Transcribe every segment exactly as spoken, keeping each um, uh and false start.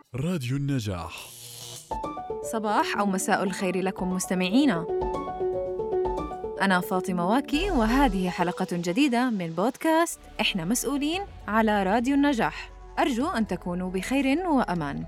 راديو النجاح. صباح أو مساء الخير لكم مستمعينا. أنا فاطمة واكي، وهذه حلقة جديدة من بودكاست إحنا مسؤولين على راديو النجاح. أرجو أن تكونوا بخير وأمان.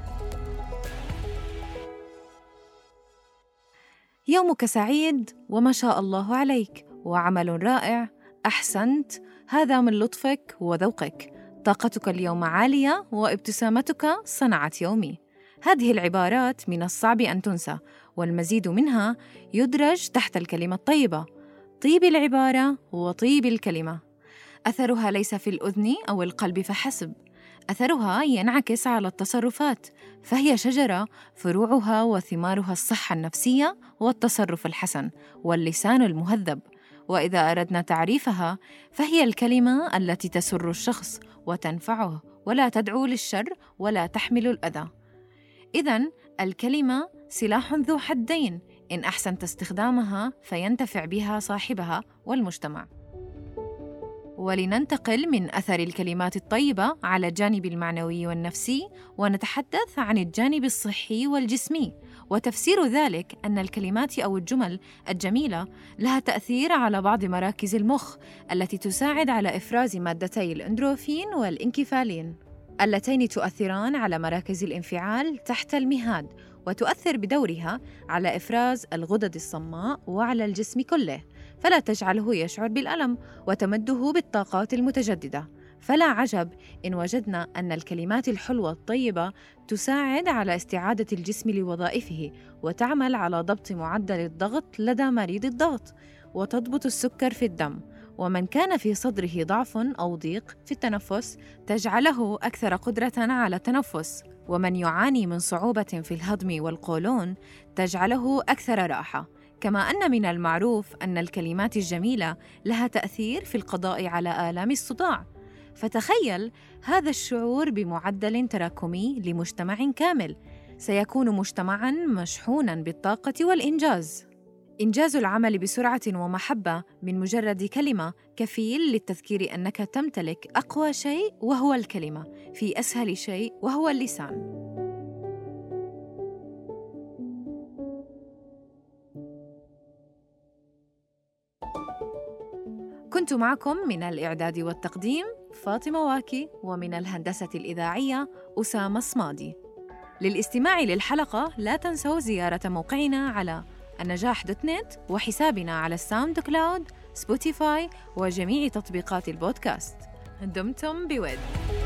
يومك سعيد وما شاء الله عليك، وعمل رائع، أحسنت، هذا من لطفك وذوقك. طاقتك اليوم عالية وابتسامتك صنعت يومي. هذه العبارات من الصعب أن تنسى، والمزيد منها يدرج تحت الكلمة الطيبة. طيب العبارة وطيب الكلمة. أثرها ليس في الأذن أو القلب فحسب، أثرها ينعكس على التصرفات، فهي شجرة فروعها وثمارها الصحة النفسية والتصرف الحسن واللسان المهذب. وإذا أردنا تعريفها فهي الكلمة التي تسر الشخص وتنفعه ولا تدعو للشر ولا تحمل الأذى. إذن الكلمة سلاح ذو حدين، إن أحسنت استخدامها فينتفع بها صاحبها والمجتمع. ولننتقل من أثر الكلمات الطيبة على الجانب المعنوي والنفسي، ونتحدث عن الجانب الصحي والجسمي. وتفسير ذلك أن الكلمات أو الجمل الجميلة لها تأثير على بعض مراكز المخ التي تساعد على إفراز مادتي الأندروفين والإنكفالين، اللتين تؤثران على مراكز الانفعال تحت المهاد، وتؤثر بدورها على إفراز الغدد الصماء وعلى الجسم كله، فلا تجعله يشعر بالألم وتمده بالطاقات المتجددة. فلا عجب إن وجدنا أن الكلمات الحلوة الطيبة تساعد على استعادة الجسم لوظائفه، وتعمل على ضبط معدل الضغط لدى مريض الضغط، وتضبط السكر في الدم. ومن كان في صدره ضعف أو ضيق في التنفس تجعله أكثر قدرة على التنفس. ومن يعاني من صعوبة في الهضم والقولون تجعله أكثر راحة. كما أن من المعروف أن الكلمات الجميلة لها تأثير في القضاء على آلام الصداع. فتخيل هذا الشعور بمعدل تراكمي لمجتمع كامل، سيكون مجتمعاً مشحوناً بالطاقة والإنجاز. إنجاز العمل بسرعة ومحبة من مجرد كلمة كفيل للتذكير أنك تمتلك أقوى شيء، وهو الكلمة، في أسهل شيء، وهو اللسان. كنت معكم من الإعداد والتقديم فاطمة واكي، ومن الهندسة الإذاعية أسامة صمادي. للاستماع للحلقة لا تنسوا زيارة موقعنا على النجاح دوت نت، وحسابنا على الساوند كلاود، سبوتيفاي، وجميع تطبيقات البودكاست. دمتم بود.